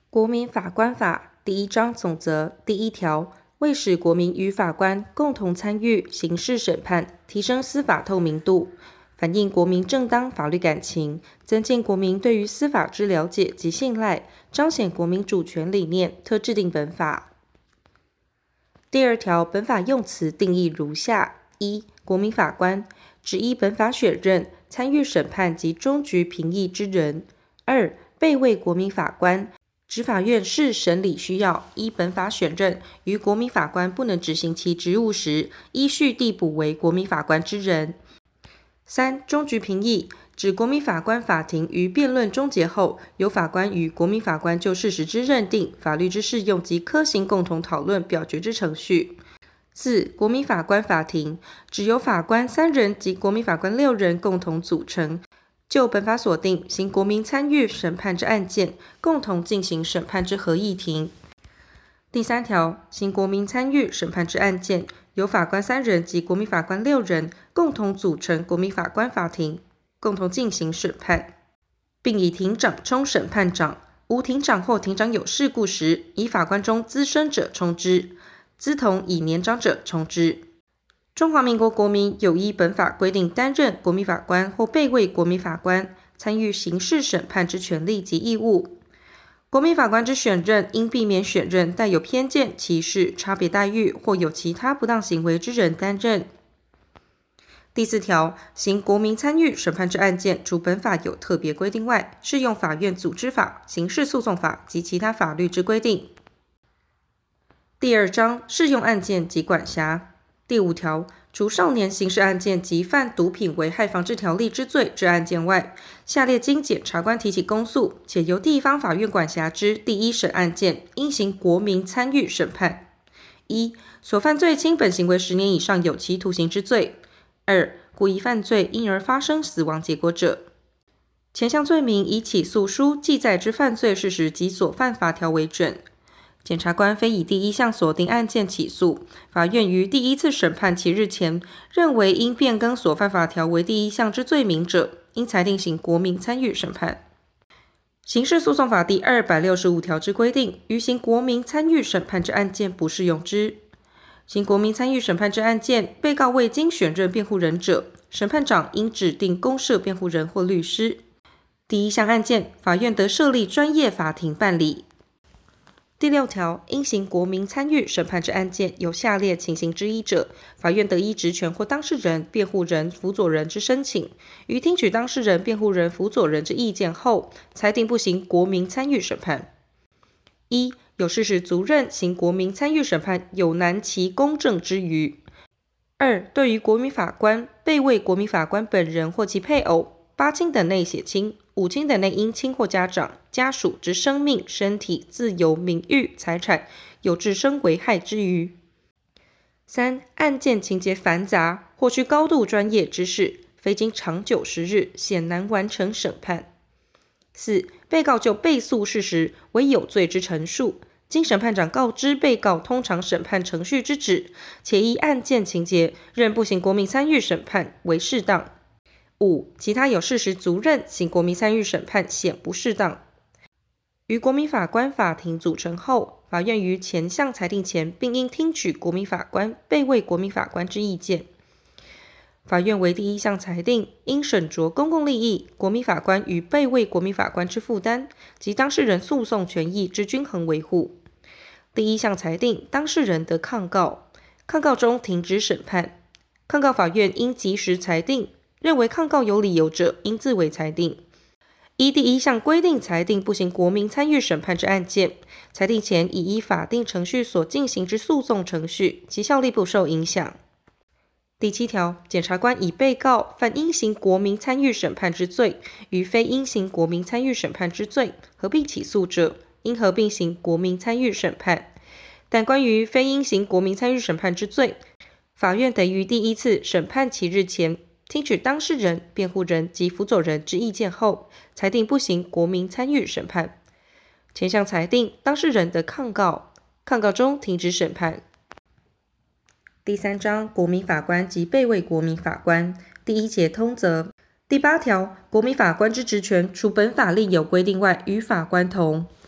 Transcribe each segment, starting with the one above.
国民法官法第1章总则第1条，为使国民与法官共同参与刑事审判，提升司法透明度，反映国民正当法律感情，增进国民对于司法之了解及信赖，彰显国民主权理念，特制定本法。第2条，本法用词定义如下：一、国民法官，指依本法选任参与审判及终局评议之人；二、备位国民法官，指法院视审理需要，依本法选任，于国民法官不能执行其职务时，依序递补为国民法官之人。三、终局评议，指国民法官法庭于辩论终结后，由法官与国民法官就事实之认定、法律之适用及科刑共同讨论表决之程序。四、国民法官法庭，指由法官3人及国民法官6人共同组成，就本法所定行国民参与审判之案件，共同进行审判之合议庭。第3条，行国民参与审判之案件，由法官3人及国民法官6人共同组成国民法官法庭，共同进行审判，并以庭长充审判长，无庭长或庭长有事故时，以法官中资深者充之，资同以年长者充之。中华民国国民有依本法规定担任国民法官或备位国民法官，参与刑事审判之权利及义务。国民法官之选任，应避免选任带有偏见、歧视、差别待遇或有其他不当行为之人担任。第4条，行国民参与审判之案件，除本法有特别规定外，适用法院组织法、刑事诉讼法及其他法律之规定。第2章，适用案件及管辖。第5条，除少年刑事案件及犯毒品危害防治条例之罪之案件外，下列经检察官提起公诉，且由地方法院管辖之第一审案件，应行国民参与审判：一、所犯罪轻本行为10年以上有期徒刑之罪；二、故意犯罪因而发生死亡结果者。前项罪名以起诉书记载之犯罪事实及所犯法条为准。检察官非以第1项所定案件起诉，法院于第1次审判期日前，认为应变更所犯法条为第1项之罪名者，应裁定行国民参与审判。刑事诉讼法第265条之规定，于行国民参与审判之案件不适用之。行国民参与审判之案件，被告未经选任辩护人者，审判长应指定公设辩护人或律师。第1项案件，法院得设立专业法庭办理。第6条，应行国民参与审判之案件，有下列情形之一者，法院得依职权或当事人、辩护人、辅佐人之申请，于听取当事人、辩护人、辅佐人之意见后，裁定不行国民参与审判。一、有事实足认行国民参与审判有难其公正之余；二、对于国民法官、备位国民法官本人或其配偶、8亲等内血亲、5亲等内姻亲或家长、家属之生命、身体、自由、名誉、财产有致生危害之余；三、案件情节繁杂或需高度专业知识，非经长久时日，显难完成审判；四、被告就被诉事实为有罪之陈述，经审判长告知被告通常审判程序之旨，且依案件情节认不行国民参与审判为适当。五、其他有事实足认行国民参与审判显不适当，于国民法官法庭组成后，法院于前项裁定前，并应听取国民法官、备位国民法官之意见。法院为第1项裁定，应审酌公共利益、国民法官与备位国民法官之负担及当事人诉讼权益之均衡维护。第1项裁定，当事人得抗告，抗告中停止审判，抗告法院应及时裁定，认为抗告有理由者，应自为裁定。依第1项规定裁定不行国民参与审判之案件，裁定前已依法定程序所进行之诉讼程序，其效力不受影响。第7条，检察官以被告犯应行国民参与审判之罪，与非应行国民参与审判之罪合并起诉者，应合并行国民参与审判。但关于非应行国民参与审判之罪，法院得于第1次审判期日前，听取当事人、辩护人及辅佐人之意见后，裁定不行国民参与审判。前项裁定，当事人得抗告，抗告中停止审判。第3章，国民法官及备位国民法官。第1节通则。第8条，国民法官之职权，除本法另有规定外，与法官同。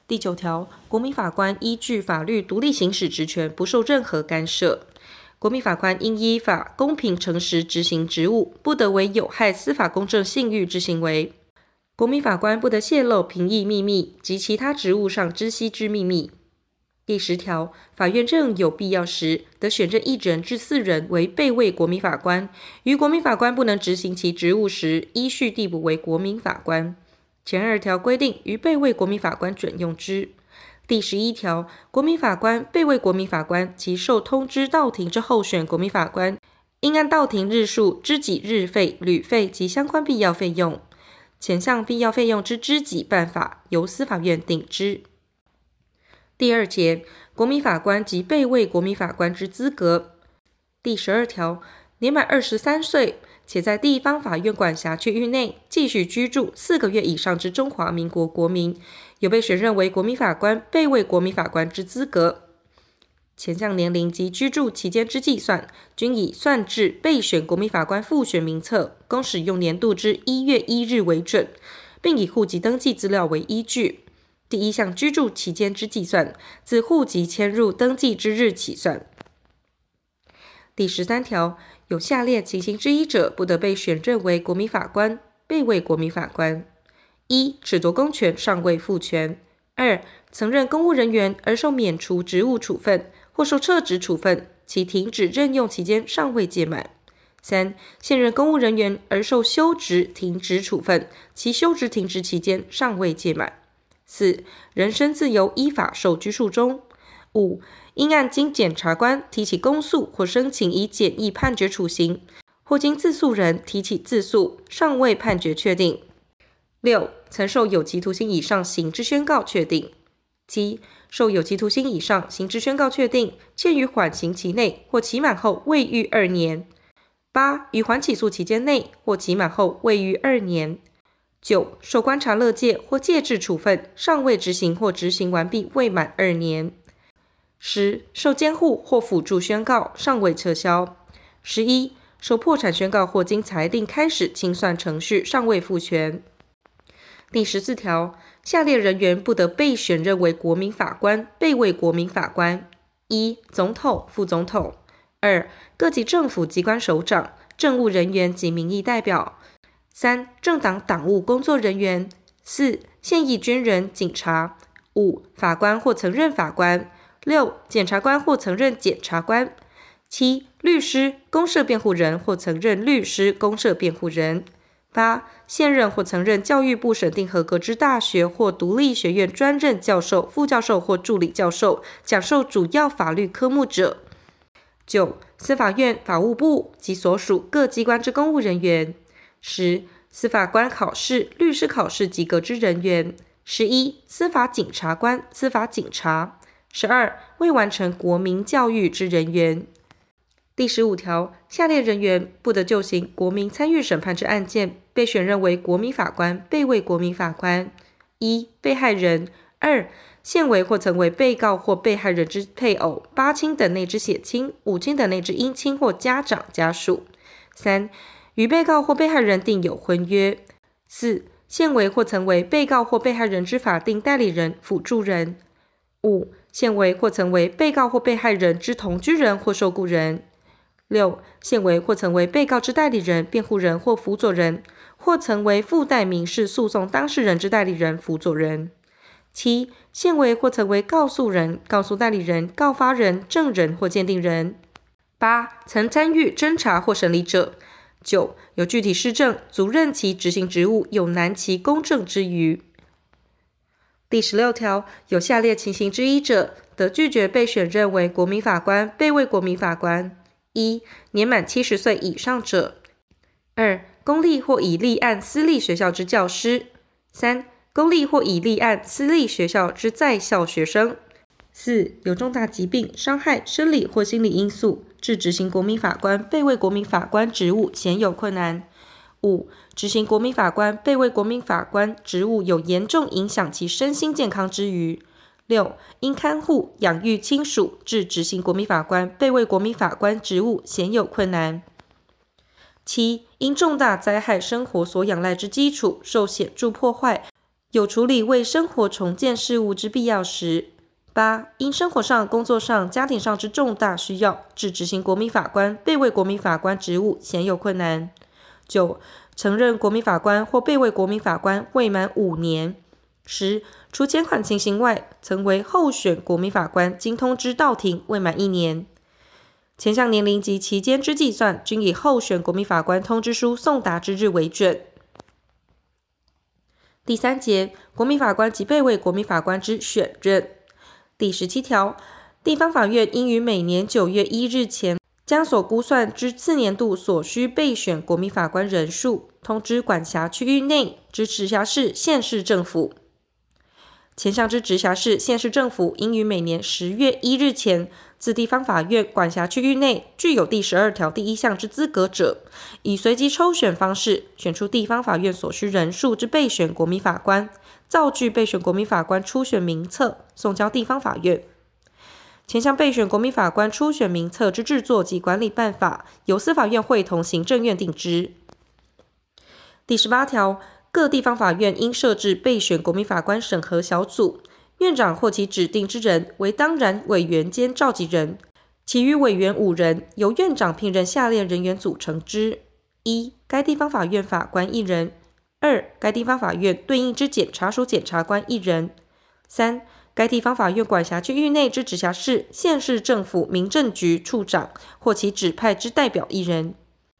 第9条，国民法官依据法律独立行使职权，不受任何干涉。国民法官应依法公平诚实执行职务，不得为有害司法公正信誉之行为。国民法官不得泄露评议秘密及其他职务上知悉之秘密。第10条，法院任有必要时，得选任1人至4人为备位国民法官，于国民法官不能执行其职务时，依序递补为国民法官。前2条规定，于备位国民法官准用之。第11条，国民法官、备位国民法官及受通知到庭之候选国民法官，应按到庭日数支给日费、旅费及相关必要费用。前项必要费用之支给办法，由司法院定之。第2节，国民法官及备位国民法官之资格。第12条，年满23岁，且在地方法院管辖区域内继续居住4个月以上之中华民国国民，有被选任为国民法官、备位国民法官之资格。前项年龄及居住期间之计算，均以算至备选国民法官复选名册，供使用年度之1月1日为准，并以户籍登记资料为依据。第1项居住期间之计算，自户籍迁入登记之日起算。第13条，有下列情形之一者，不得被选任为国民法官、备位国民法官：1. 褫夺公权尚未复权； 2. 曾任公务人员而受免除职务处分或受撤职处分，其停止任用期间尚未届满； 3. 现任公务人员而受休职停职处分，其休职停职期间尚未届满； 4. 人身自由依法受拘束中； 5. 应案经检察官提起公诉或申请以简易判决处刑，或经自诉人提起自诉，尚未判决确定； 6. 曾受有期徒刑以上刑之宣告确定； 7. 受有期徒刑以上刑之宣告确定，限于缓刑期内或期满后未逾2年； 8. 于缓起诉期间内或期满后未逾2年； 9. 受观察勒戒或戒治处分尚未执行或执行完毕未满2年； 10. 受监护或辅助宣告尚未撤销； 11. 受破产宣告或经裁定开始清算程序尚未复权。第14条，下列人员不得被选任为国民法官、备位国民法官：1. 总统、副总统； 2. 各级政府机关首长、政务人员及民意代表； 3. 政党党务工作人员； 4. 现役军人、警察； 5. 法官或曾任法官； 6. 检察官或曾任检察官； 7. 律师、公设辩护人或曾任律师、公设辩护人； 8. 现任或曾任教育部审定合格之大学或独立学院专任教授、副教授或助理教授，讲授主要法律科目者； 9. 司法院、法务部及所属各机关之公务人员； 10. 司法官考试、律师考试及格之人员； 11. 司法检察官、司法警察； 12. 未完成国民教育之人员。第15条，下列人员不得就行国民参与审判之案件被选任为国民法官、备位国民法官：1. 被害人； 2. 现为或曾为被告或被害人之配偶、八亲等内之血亲、五亲等内之姻亲或家长家属； 3. 与被告或被害人订有婚约； 4. 现为或曾为被告或被害人之法定代理人、辅助人； 5. 现为或曾为被告或被害人之同居人或受雇人； 6. 现为或曾为被告之代理人、辩护人或辅佐人，或曾为附带民事诉讼当事人之代理人、辅佐人； 7. 现为或曾为告诉人、告诉代理人、告发人、证人或鉴定人； 8. 曾参与侦查或审理者； 9. 有具体事证足任其执行职务有难其公正之余。第16条，有下列情形之一者，得拒绝被选任为国民法官、备位国民法官：1. 年满70岁以上者； 2. 公立或已立案私立学校之教师； 3. 公立或已立案私立学校之在校学生； 4. 有重大疾病、伤害、生理或心理因素，致执行国民法官、备位国民法官职务鲜有困难； 5. 执行国民法官、备位国民法官职务有严重影响其身心健康之余； 6. 因看护、养育亲属致执行国民法官、备位国民法官职务鲜有困难； 7. 因重大灾害生活所仰赖之基础受显著破坏， 有处理为生活重建事务之必要时。8. 因生活上、工作上、家庭上之重大需要，致执行国民法官、备位国民法官职务鲜有困难。9. 曾任国民法官或备位国民法官未满5年。10. 除前款情形外，曾为候选国民法官经通知到庭未满1年。前项年龄及期间之计算，均以候选国民法官通知书送达之日为准。第3节，国民法官及备位国民法官之选任。第17条，地方法院应于每年9月1日前，将所估算之次年度所需备选国民法官人数，通知管辖区域内之直辖市、县市政府。前项之直辖市、县市政府，应于每年10月1日前，自地方法院管辖区域内具有第12条第1项之资格者，以随机抽选方式选出地方法院所需人数之备选国民法官，造具备选国民法官初选名册，送交地方法院。前项备选国民法官初选名册之制作及管理办法，由司法院会同行政院定之。第18条，各地方法院应设置备选国民法官审核小组，院长或其指定之人为当然委员兼召集人，其余委员5人，由院长聘任下列人员组成之：1. 该地方法院法官1人； 2. 该地方法院对应之检察署检察官1人； 3. 该地方法院管辖区域内之直辖市、县市政府民政局处长或其指派之代表1人；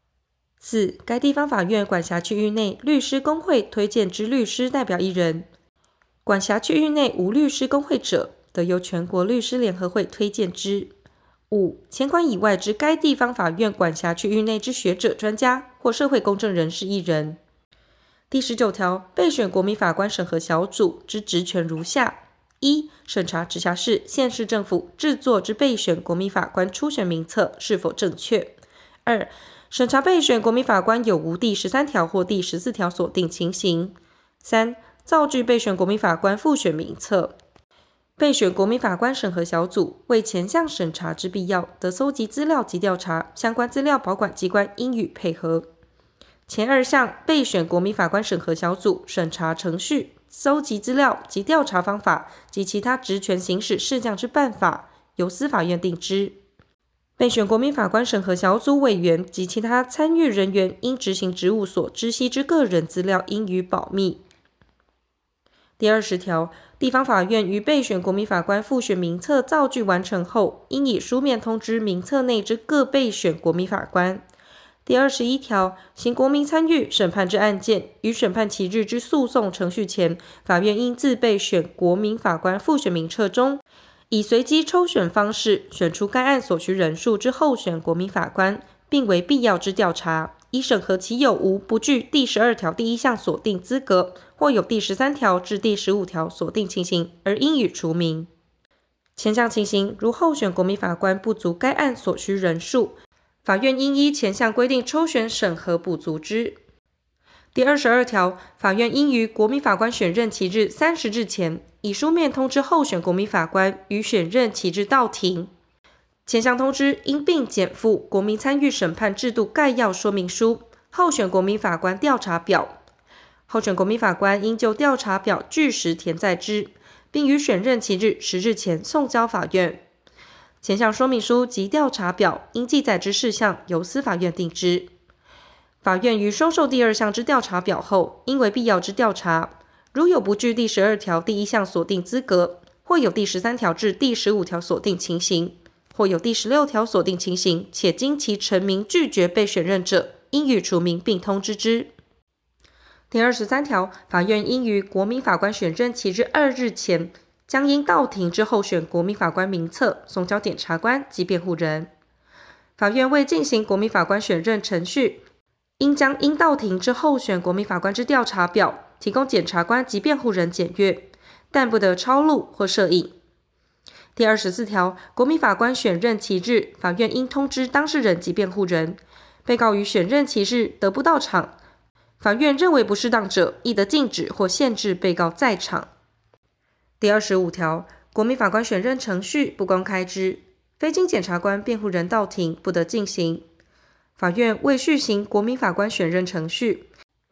4. 该地方法院管辖区域内律师公会推荐之律师代表1人。管辖区域内无律师公会者，得由全国律师联合会推荐之。5. 前款以外之该地方法院管辖区域内之学者、专家或社会公正人士1人。第19条，备选国民法官审核小组之职权如下：1. 审查直辖市、县市政府制作之备选国民法官初选名册是否正确。2. 审查备选国民法官有无第13条或第14条所定情形。3. 造具备选国民法官复选名册。备选国民法官审核小组为前项审查之必要，得搜集资料及调查，相关资料保管机关应予配合。前2项备选国民法官审核小组审查程序、搜集资料及调查方法及其他职权行使事项之办法，由司法院定之。备选国民法官审核小组委员及其他参与人员因执行职务所知悉之个人资料应予保密。第20条，地方法院于备选国民法官复选名册造具完成后，应以书面通知名册内之各备选国民法官。第21条，行国民参与审判之案件，于审判期日之诉讼程序前，法院应自备选国民法官复选名册中，以随机抽选方式选出该案所需人数之候选国民法官，并为必要之调查，以审核其有无不具第12条第1项所定资格，或有第13条至第15条所定情形，而应予除名。前项情形，如候选国民法官不足该案所需人数，法院应依前项规定抽选审核补足之。第22条，法院应于国民法官选任期日30日前，以书面通知候选国民法官于选任期日到庭。前项通知应并检附国民参与审判制度概要说明书、候选国民法官调查表。候选国民法官应就调查表据实填载之，并于选任期日10日前送交法院。前项说明书及调查表应记载之事项，由司法院定之。法院于收受第2项之调查表后，应为必要之调查，如有不具第12条第1项所定资格，或有第13条至第15条所定情形，或有第16条所定情形，且经其陈明拒绝被选任者，应予除名并通知之。第23条，法院应于国民法官选任期日2日前，将应到庭之候选国民法官名册送交检察官及辩护人。法院为进行国民法官选任程序，应将应到庭之候选国民法官之调查表提供检察官及辩护人检阅，但不得抄录或摄影。第24条，国民法官选任期日，法院应通知当事人及辩护人。被告于选任期日得不到场，法院认为不适当者，亦得禁止或限制被告在场。第25条，国民法官选任程序不公开之，非经检察官、辩护人到庭，不得进行。法院为续行国民法官选任程序，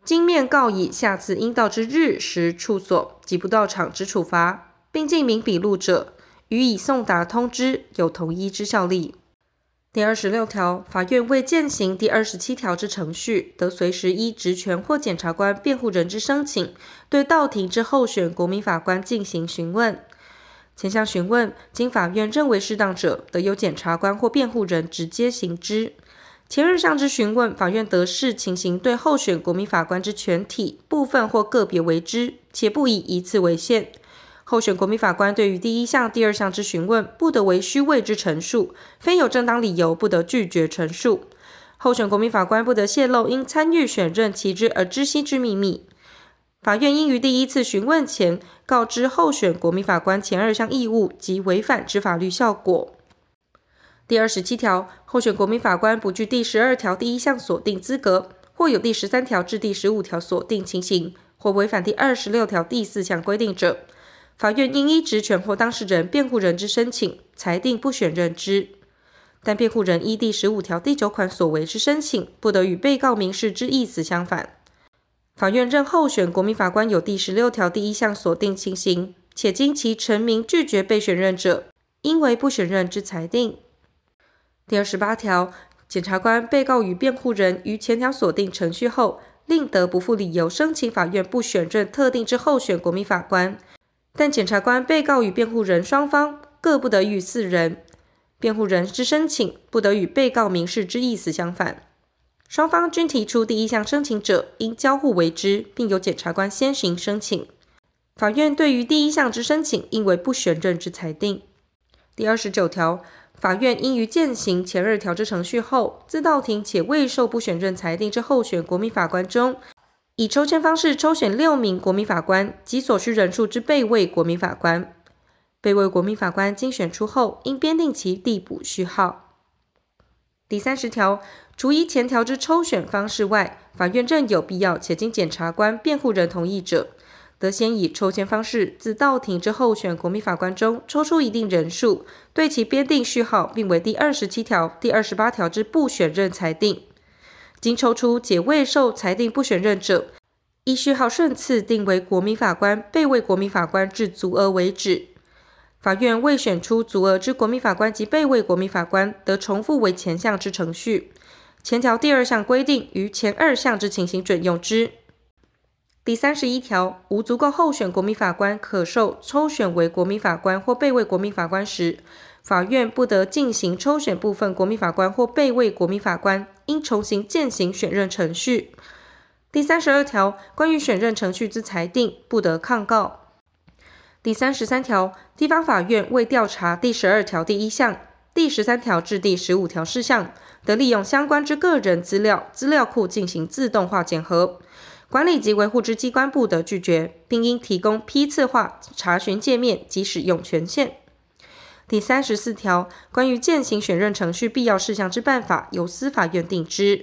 经面告以下次应到之日时处所及不到场之处罚，并记明笔录者，予以送达通知，有同一之效力。第26条，法院为践行第27条之程序，得随时依职权或检察官、辩护人之申请，对到庭之候选国民法官进行询问。前项询问，经法院认为适当者，得由检察官或辩护人直接行之。前2项之询问，法院得视情形对候选国民法官之全体、部分或个别为之，且不以一次为限。候选国民法官对于第1项、第2项之询问，不得为虚伪之陈述，非有正当理由，不得拒绝陈述。候选国民法官不得泄露因参与选任其之而知悉之秘密。法院应于第1次询问前，告知候选国民法官前2项义务及违反之法律效果。第27条，候选国民法官不具第12条第1项所定资格，或有第13条至第15条所定情形，或违反第26条第4项规定者，法院应依职权或当事人、辩护人之申请，裁定不选任之。但辩护人依第15条第9款所为之申请，不得与被告明示之意思相反。法院认候选国民法官有第16条第1项所定情形，且经其陈明拒绝被选任者，应为不选任之裁定。第28条，检察官、被告与辩护人于前条所定程序后，另得不附理由申请法院不选任特定之候选国民法官，但检察官、被告与辩护人双方各不得逾4人，辩护人之申请不得与被告明示之意思相反。双方均提出第1项申请者，应交互为之，并由检察官先行申请。法院对于第1项之申请，应为不选任之裁定。第29条，法院应于践行前2条之程序后，自到庭且未受不选任裁定之候选国民法官中，以抽签方式抽选6名国民法官及所需人数之备位国民法官。备位国民法官经选出后，应编定其递补序号。第30条，除依前条之抽选方式外，法院认有必要且经检察官、辩护人同意者，得先以抽签方式自到庭之候选国民法官中抽出一定人数，对其编定序号，并为第27条、第28条之不选任裁定。经抽出且未受裁定不选任者，依序号顺次定为国民法官、备位国民法官至足额为止。法院未选出足额之国民法官及备位国民法官，得重复为前项之程序。前条第2项规定于前2项之情形准用之。第31条，无足够候选国民法官可受抽选为国民法官或备位国民法官时，法院不得进行抽选部分国民法官或备位国民法官，应重新践行选任程序。第32条，关于选任程序之裁定，不得抗告。第33条，地方法院为调查第12条第1项、第13条至第15条事项，得利用相关之个人资料库进行自动化检核。管理及维护之机关不得拒绝，并应提供批次化查询界面及使用权限。第34条，关于践行选任程序必要事项之办法，由司法院定之。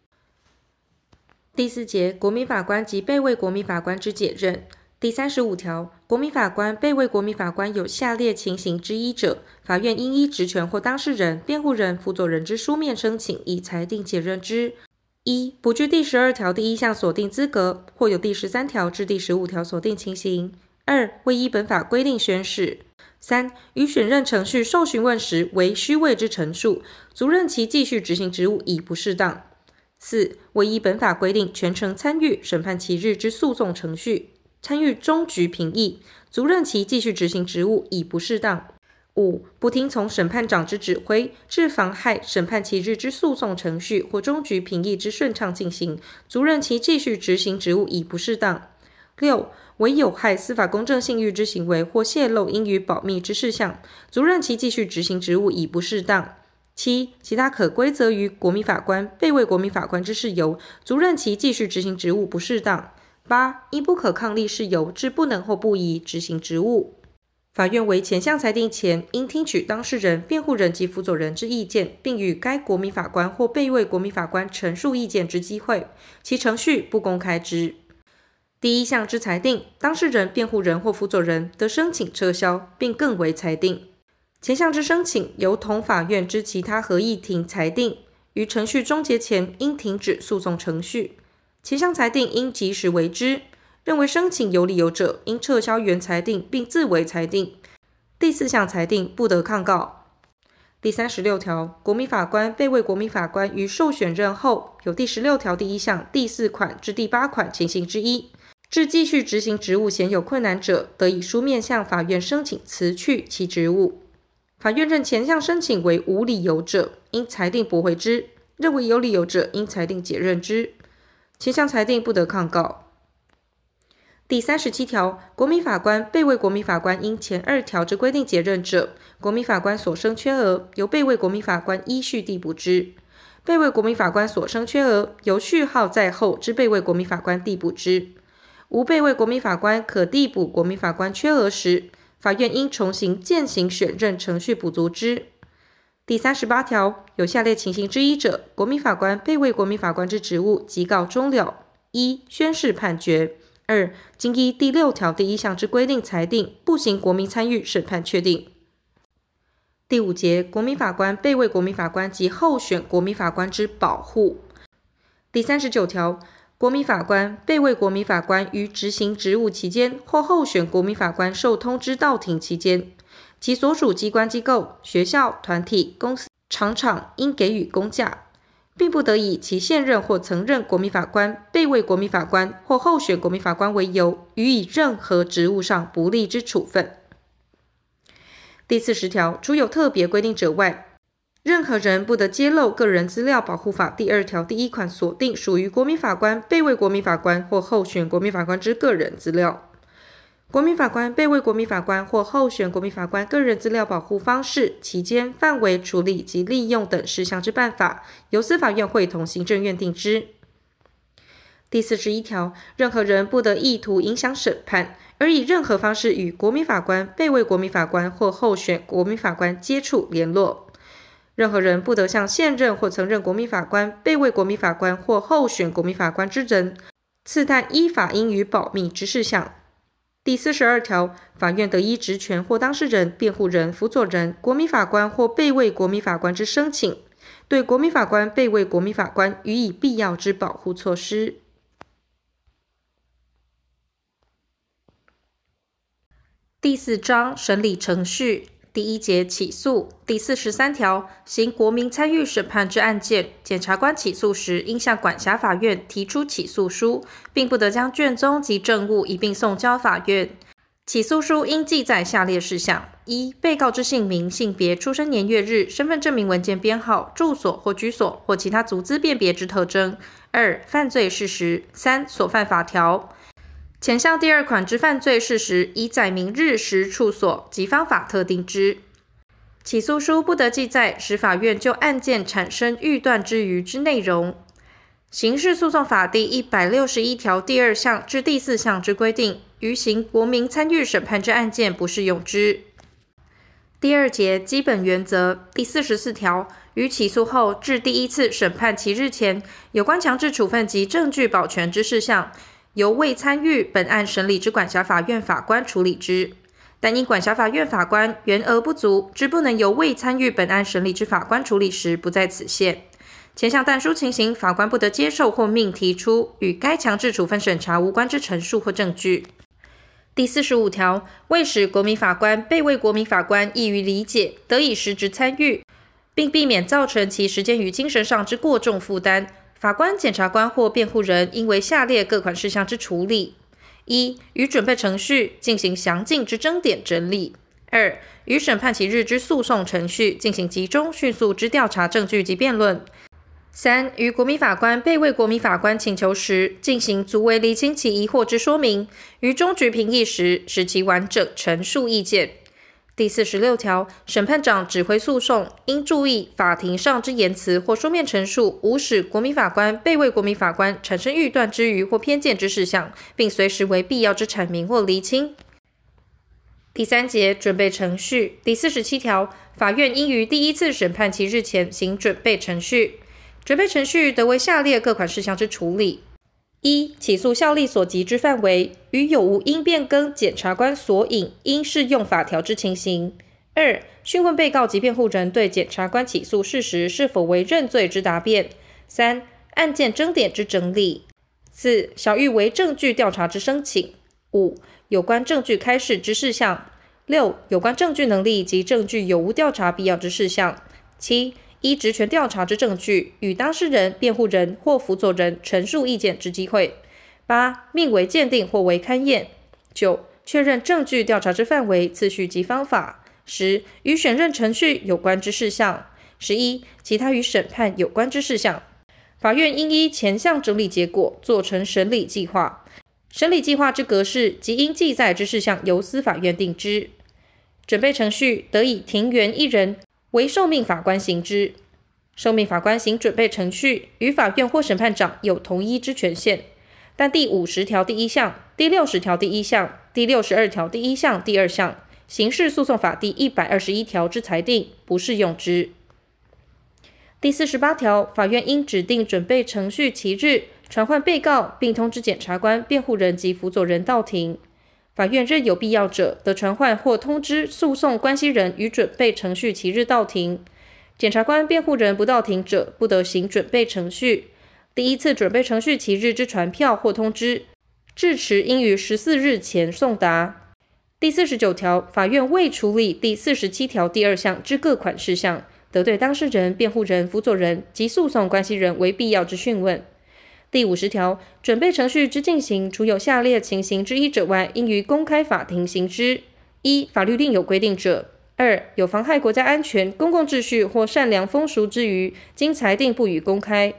第4节，国民法官及备位国民法官之解任。第35条，国民法官、备位国民法官有下列情形之一者，法院应依职权或当事人、辩护人、辅佐人之书面申请，以裁定解任之。1. 不具第12条第1项所定资格，或有第13条至第15条所定情形。2. 未依本法规定宣誓。3. 于选任程序受询问时为虚伪之陈述，足认其继续执行职务已不适当。4. 未依本法规定全程参与审判期日之诉讼程序，参与终局评议，足认其继续执行职务已不适当。5. 不听从审判长之指挥，致妨害审判期日之诉讼程序或终局评议之顺畅进行，足认其继续执行职务已不适当。6. 为有害司法公正信誉之行为或泄露应予保密之事项，足认其继续执行职务已不适当。7. 其他可归责于国民法官、备位国民法官之事由，足认其继续执行职务不适当。8. 因不可抗力事由致不能或不宜执行职务。法院为前项裁定前，应听取当事人、辩护人及辅佐人之意见，并与该国民法官或备位国民法官陈述意见之机会，其程序不公开之。第1项之裁定，当事人、辩护人或辅佐人得申请撤销，并更为裁定。前项之申请，由同法院之其他合议庭裁定，于程序终结前应停止诉讼程序。 前项裁定应及时为之。认为申请有理由者，应撤销原裁定并自为裁定。第4项裁定不得抗告。第36条，国民法官被为国民法官于受选任后，有第16条第1项第4款至第8款情形之一，至继续执行职务显有困难者，得以书面向法院申请辞去其职务。法院认前项申请为无理由者，应裁定驳回之；认为有理由者，应裁定解任之。前项裁定不得抗告。第37条，国民法官被为国民法官因前2条之规定解任者，国民法官所生缺额，由被为国民法官依序递补之；被为国民法官所生缺额，由序号在后之被为国民法官递补之。无被为国民法官可递补国民法官缺额时，法院应重行践行选任程序补足之。第38条，有下列情形之一者，国民法官被为国民法官之职务即告终了： 1. 宣誓判决； 2. 经依第6条第1项之规定裁定，不行国民参与审判确定。第5节，国民法官被为国民法官及候选国民法官之保护。第39条，国民法官被为国民法官于执行职务期间，或候选国民法官受通知到庭期间，其所属机关机构、学校、团体、公司、厂应给予公假，并不得以其现任或曾任国民法官、被为国民法官或候选国民法官为由，予以任何职务上不利之处分。第40条，除有特别规定者外，任何人不得揭露个人资料保护法第2条第1款所定属于国民法官、被为国民法官或候选国民法官之个人资料。国民法官被为国民法官或候选国民法官个人资料保护方式、期间、范围、处理及利用等事项之办法，由司法院会同行政院定之。第41条，任何人不得意图影响审判，而以任何方式与国民法官、被为国民法官或候选国民法官接触联络。任何人不得向现任或曾任国民法官、被为国民法官或候选国民法官之人刺探依法应予保密之事项。第42条，法院得依职权或当事人、辩护人、辅佐人、国民法官或被为国民法官之申请，对国民法官、被为国民法官予以必要之保护措施。第4章审理程序。第1节起诉。第43条，行国民参与审判之案件，检察官起诉时，应向管辖法院提出起诉书，并不得将卷宗及证物一并送交法院。起诉书应记载下列事项： 1. 被告之姓名、性别、出生年月日、身份证明文件编号、住所或居所或其他足资辨别之特征。 2. 犯罪事实。 3. 所犯法条。前项第2款之犯罪事实，以载明日时处所及方法特定之。起诉书不得记载使法院就案件产生预断之余之内容。刑事诉讼法第161条第2项至第4项之规定，于行国民参与审判之案件不适用之。第2节基本原则第44条，于起诉后至第1次审判期日前，有关强制处分及证据保全之事项，由未参与本案审理之管辖法院法官处理之。但因管辖法院法官员额不足，之不能由未参与本案审理之法官处理时，不在此限。前项但书情形，法官不得接受或命提出与该强制处分审查无关之陈述或证据。第45条，为使国民法官、被为国民法官易于理解，得以实质参与，并避免造成其时间与精神上之过重负担，法官、检察官或辩护人应为下列各款事项之处理： 1. 于准备程序进行详尽之争点整理； 2. 于审判期日之诉讼程序进行集中、迅速之调查证据及辩论； 3. 于国民法官、被为国民法官请求时，进行足为厘清其疑惑之说明；于终局评议时，使其完整陈述意见。第46条，审判长指挥诉讼，应注意法庭上之言辞或书面陈述无使国民法官、被为国民法官产生预断之余或偏见之事项，并随时为必要之阐明或厘清。第3节准备程序第47条，法院应于第1次审判期日前行准备程序。准备程序得为下列各款事项之处理： 1. 起诉效力所及之范围，与有无应变更检察官所引应适用法条之情形； 2. 讯问被告及辩护人对检察官起诉事实是否为认罪之答辩； 3. 案件争点之整理； 4. 小于为证据调查之申请。5. 有关证据开示之事项。6. 有关证据能力及证据有无调查必要之事项。7. 依职权调查之证据，与当事人、辩护人或辅佐人陈述意见之机会。8. 命为鉴定或为勘验。9. 确认证据调查之范围、次序及方法。10. 与选任程序有关之事项。11. 其他与审判有关之事项。法院应依前项整理结果，做成审理计划。审理计划之格式及应记载之事项由司法院定之。准备程序得以庭员一人为受命法官行之。受命法官行准备程序，与法院或审判长有同一之权限，但第50条第1项、第60条第1项、第62条第1项第2项、刑事诉讼法第121条之裁定不适用之。第48条，法院应指定准备程序期日，传唤被告，并通知检察官、辩护人及辅佐人到庭。法院认有必要者，得传唤或通知诉讼关系人于准备程序期日到庭。检察官、辩护人不到庭者，不得行准备程序。第一次准备程序期日之传票或通知，至迟应于14日前送达。第49条，法院未处理第47条第2项之各款事项，得对当事人、辩护人、辅佐人及诉讼关系人为必要之讯问。第50条，准备程序之进行，除有下列情形之一者外，应于公开法庭行之： 1. 法律另有规定者； 2. 有妨害国家安全、公共秩序或善良风俗之余，经裁定不予公开；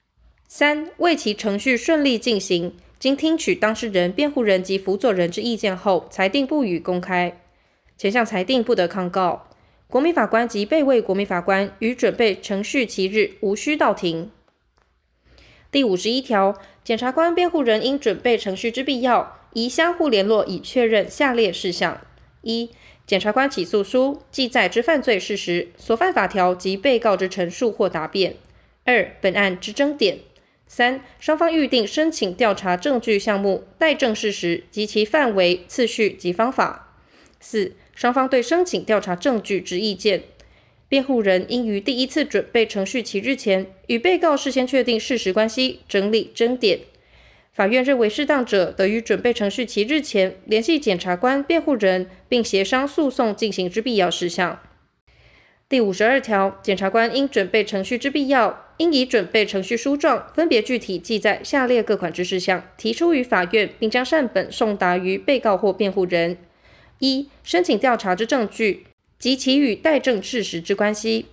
3. 为其程序顺利进行，经听取当事人、辩护人及辅佐人之意见后，裁定不予公开。前项裁定不得抗告。国民法官及备位国民法官于准备程序期日无需到庭。第51条，检察官、辩护人因准备程序之必要，宜相互联络以确认下列事项： 1. 检察官起诉书记载之犯罪事实、所犯法条及被告之陈述或答辩； 2. 本案之争点； 3. 双方预定申请调查证据项目、待证事实及其范围、次序及方法； 4. 双方对申请调查证据之意见。辩护人应于第一次准备程序期日前，与被告事先确定事实关系，整理争点。法院认为适当者，得于准备程序期日前联系检察官、辩护人，并协商诉讼进行之必要事项。第52条，检察官因准备程序之必要，应以准备程序书状分别具体记载下列各款之事项，提出于法院，并将善本送达于被告或辩护人。 1. 申请调查之证据及其与待证事实之关系。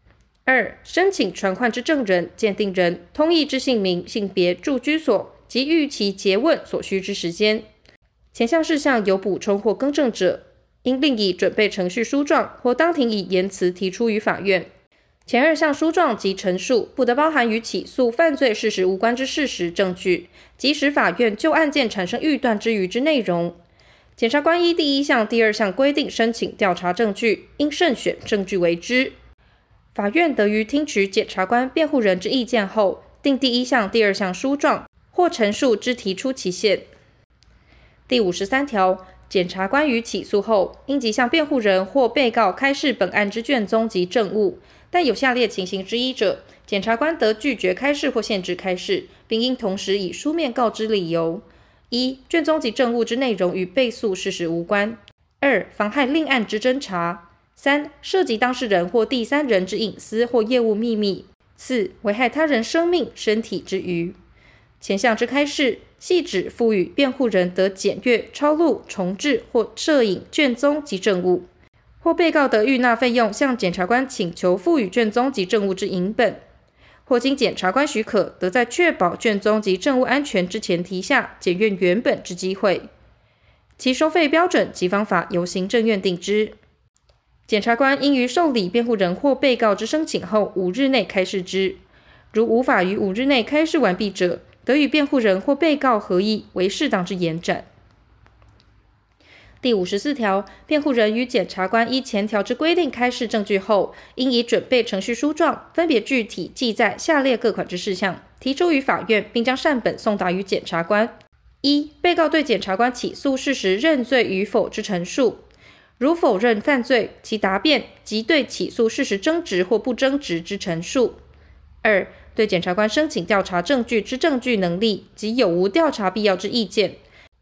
2. 申请传唤之证人、鉴定人、通译之姓名、性别、住居所及预期诘问所需之时间。前项事项有补充或更正者，应另以准备程序书状或当庭以言辞提出于法院。前2项书状及陈述不得包含与起诉犯罪事实无关之事实证据，即使法院就案件产生预断之余之内容。检察官依第1项、第2项规定申请调查证据，应慎选证据为之。法院得于听取检察官、辩护人之意见后，定第1项、第2项书状或陈述之提出期限。第53条，检察官于起诉后，应即向辩护人或被告开示本案之卷宗及证物，但有下列情形之一者，检察官得拒绝开示或限制开示，并应同时以书面告知理由。1. 卷宗及证物之内容与被诉事实无关； 2. 妨害另案之侦查； 3. 涉及当事人或第三人之隐私或业务秘密； 4. 危害他人生命、身体之余。前项之开示，系指赋予辩护人得检阅、抄录、重制或摄影卷宗及证物，或被告得预纳费用向检察官请求赋予卷宗及证物之影本，或经检察官许可，得在确保卷宗及证物安全之前提下检阅原本之机会。其收费标准及方法由行政院定之。检察官应于受理辩护人或被告之申请后5日内开示之，如无法于5日内开示完毕者，得与辩护人或被告合议为适当之延展。第54条，辩护人与检察官依前条之规定开示证据后，应以准备程序书状分别具体记载下列各款之事项，提出于法院，并将善本送达于检察官。 1. 被告对检察官起诉事实认罪与否之陈述，如否认犯罪，其答辩及对起诉事实争执或不争执之陈述。 2. 对检察官申请调查证据之证据能力及有无调查必要之意见；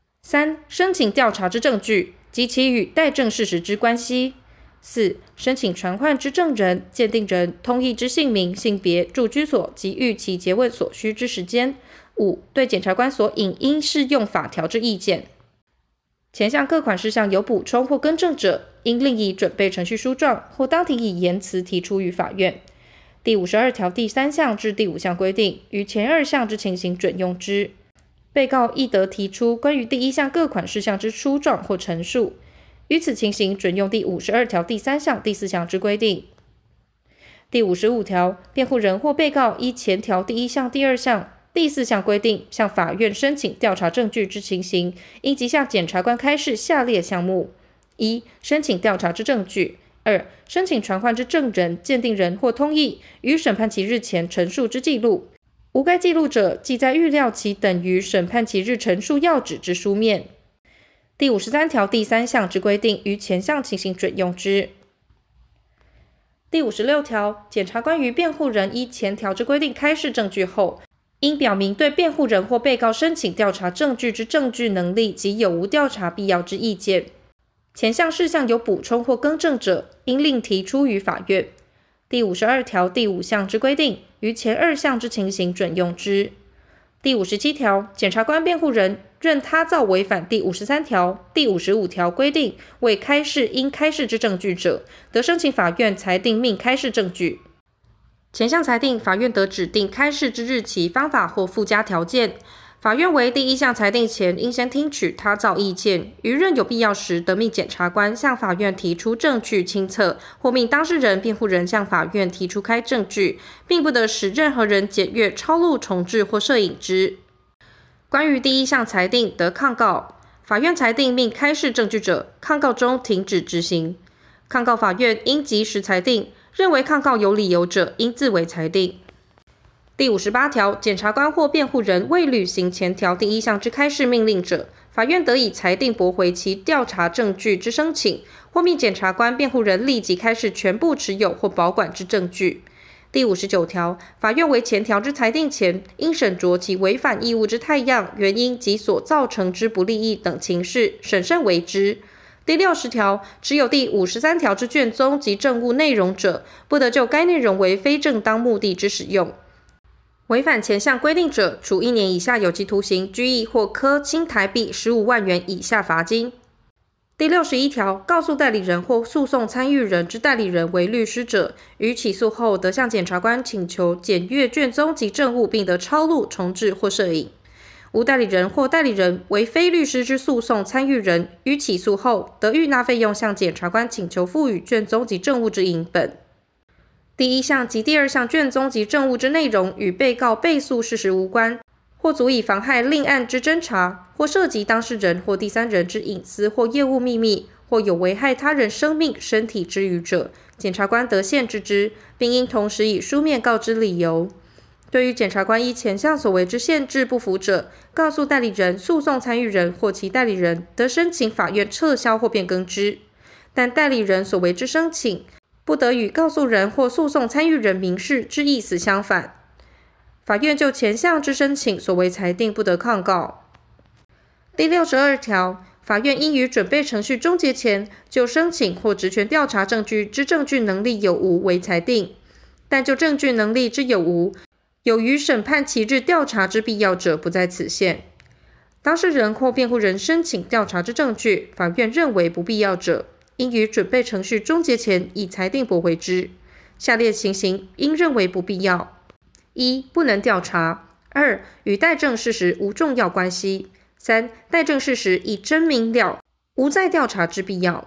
3. 申请调查之证据及其与待证事实之关系； 4. 申请传唤之证人、鉴定人通译之姓名、性别、住居所及逾其诘问所需之时间； 5. 对检察官所引应适用法条之意见。前项各款事项有补充或更正者，应另以准备程序书状或当庭以言辞提出于法院。第52条第3项至第5项规定，于前2项之情形准用之。被告亦得提出关于第1项各款事项之书状或陈述，于此情形准用第52条第3项、第4项之规定。第55条，辩护人或被告依前条第1项、第2项、第4项规定向法院申请调查证据之情形，应即向检察官开示下列项目： 1. 申请调查之证据； 2. 申请传唤之证人、鉴定人或通译于审判期日前陈述之记录，无该记录者，即在预料其等于审判期日陈述要旨之书面。第53条第3项之规定，于前项情形准用之。第56条，检察官于辩护人依前条之规定开示证据后，应表明对辩护人或被告申请调查证据之证据能力及有无调查必要之意见。前项事项有补充或更正者，应另提出于法院。第52条第5项之规定，于前2项之情形准用之。第57条，检察官辩护人认他造违反第53条、第55条规定未开示应开示之证据者，得申请法院裁定命开示证据。前项裁定，法院得指定开示之日期、方法或附加条件。法院为第1项裁定前，应先听取他造意见，于任有必要时，得命检察官向法院提出证据清册，或命当事人、辩护人向法院提出开证据，并不得使任何人检阅、抄录、重制或摄影之。关于第1项裁定得抗告，法院裁定命开示证据者，抗告中停止执行。抗告法院应及时裁定，认为抗告有理由者，应自为裁定。第58条，检察官或辩护人未履行前条第1项之开示命令者，法院得以裁定驳回其调查证据之申请，或命检察官、辩护人立即开示全部持有或保管之证据。第59条，法院为前条之裁定前，应审酌其违反义务之态样、原因及所造成之不利益等情事，审慎为之。第60条，持有第53条之卷宗及证物内容者，不得就该内容为非正当目的之使用。违反前项规定者，处1年以下有期徒刑、拘役或科新台币15万元以下罚金。第61条，告诉代理人或诉讼参与人之代理人为律师者，于起诉后得向检察官请求检阅卷宗及证物，并得抄录、重制或摄影。无代理人或代理人为非律师之诉讼参与人，于起诉后得预纳费用向检察官请求付予卷宗及证物之影本。第1项及第2项卷宗及证物之内容与被告被诉事实无关，或足以妨害另案之侦查，或涉及当事人或第3人之隐私或业务秘密，或有危害他人生命、身体之虞者，检察官得限制之，并应同时以书面告知理由。对于检察官依前项所为之限制不服者，告诉代理人、诉讼参与人或其代理人，得申请法院撤销或变更之。但代理人所为之申请，不得与告诉人或诉讼参与人明示之意思相反。法院就前项之申请所为裁定，不得抗告。第62条，法院应于准备程序终结前，就申请或职权调查证据之证据能力有无为裁定，但就证据能力之有无，有于审判期日调查之必要者，不在此限。当事人或辩护人申请调查之证据，法院认为不必要者，应于准备程序终结前以裁定驳回之。下列情形应认为不必要：1. 不能调查； 2. 与待证事实无重要关系； 3. 待证事实已真明了，无再调查之必要；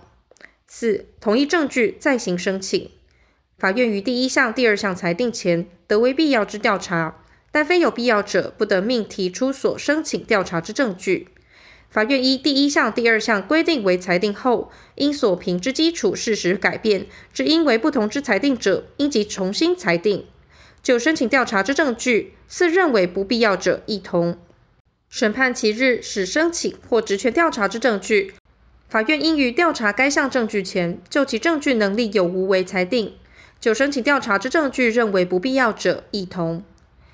4. 同一证据再行申请。法院于第1项、第2项裁定前，得为必要之调查，但非有必要者，不得命提出所申请调查之证据。法院依第1项、第2项规定为裁定后，因所凭之基础事实改变，只因为不同之裁定者，应即重新裁定。就申请调查之证据，似认为不必要者，亦同。审判期日使申请或职权调查之证据，法院应于调查该项证据前，就其证据能力有无为裁定。就申请调查之证据认为不必要者，亦同。